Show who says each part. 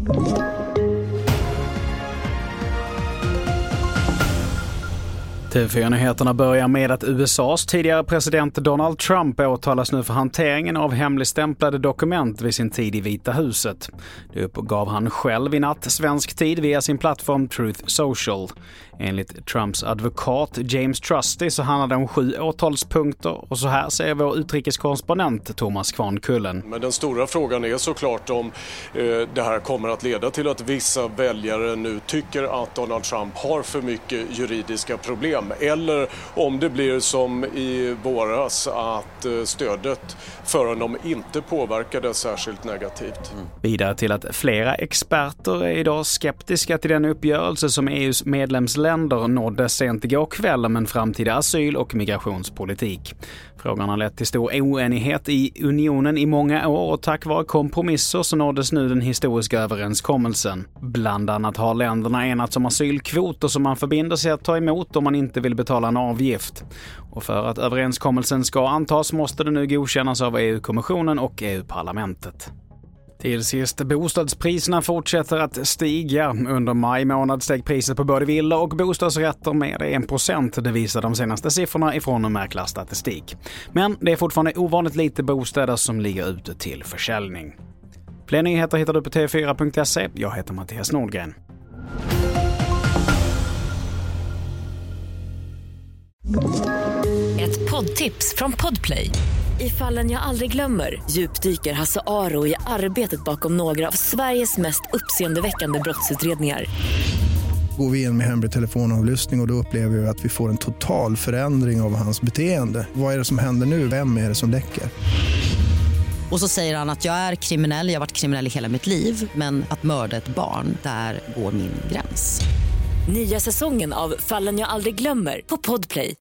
Speaker 1: TV4-nyheterna börjar med att USAs tidigare president Donald Trump åtalas nu för hanteringen av hemligstämplade dokument vid sin tid i Vita huset. Det uppgav han själv i natt svensk tid via sin plattform Truth Social. Enligt Trumps advokat James Trusty så handlar det om 7 åtalspunkter och så här säger vår utrikeskorrespondent Thomas Kvarnkullen.
Speaker 2: Men den stora frågan är såklart om det här kommer att leda till att vissa väljare nu tycker att Donald Trump har för mycket juridiska problem. Eller om det blir som i våras att stödet för honom inte påverkade särskilt negativt.
Speaker 1: Vidare till att flera experter är idag skeptiska till den uppgörelse som EUs medlemsländer nådde sent igår kväll om en framtida asyl- och migrationspolitik. Frågan har lett till stor oenighet i unionen i många år och tack vare kompromisser så nåddes nu den historiska överenskommelsen. Bland annat har länderna enats om asylkvoter som man förbinder sig att ta emot om man inte vill betala en avgift. Och för att överenskommelsen ska antas måste den nu godkännas av EU-kommissionen och EU-parlamentet. Till sist, bostadspriserna fortsätter att stiga. Under maj månad steg priset på både villor och bostadsrätter med 1%. Det visar de senaste siffrorna ifrån mäklarstatistik. Men det är fortfarande ovanligt lite bostäder som ligger ute till försäljning. Fler nyheter hittar du på tv4.se. Jag heter Mattias Nordgren.
Speaker 3: Ett poddtips från Podplay. I Fallen jag aldrig glömmer djupdyker Hasse Aro i arbetet bakom några av Sveriges mest uppseendeväckande brottsutredningar.
Speaker 4: Går vi in med hemlig telefonavlyssning och då upplever vi att vi får en total förändring av hans beteende. Vad är det som händer nu? Vem är det som läcker?
Speaker 5: Och så säger han att jag är kriminell, jag har varit kriminell i hela mitt liv. Men att mörda ett barn, där går min gräns.
Speaker 3: Nya säsongen av Fallen jag aldrig glömmer på Podplay.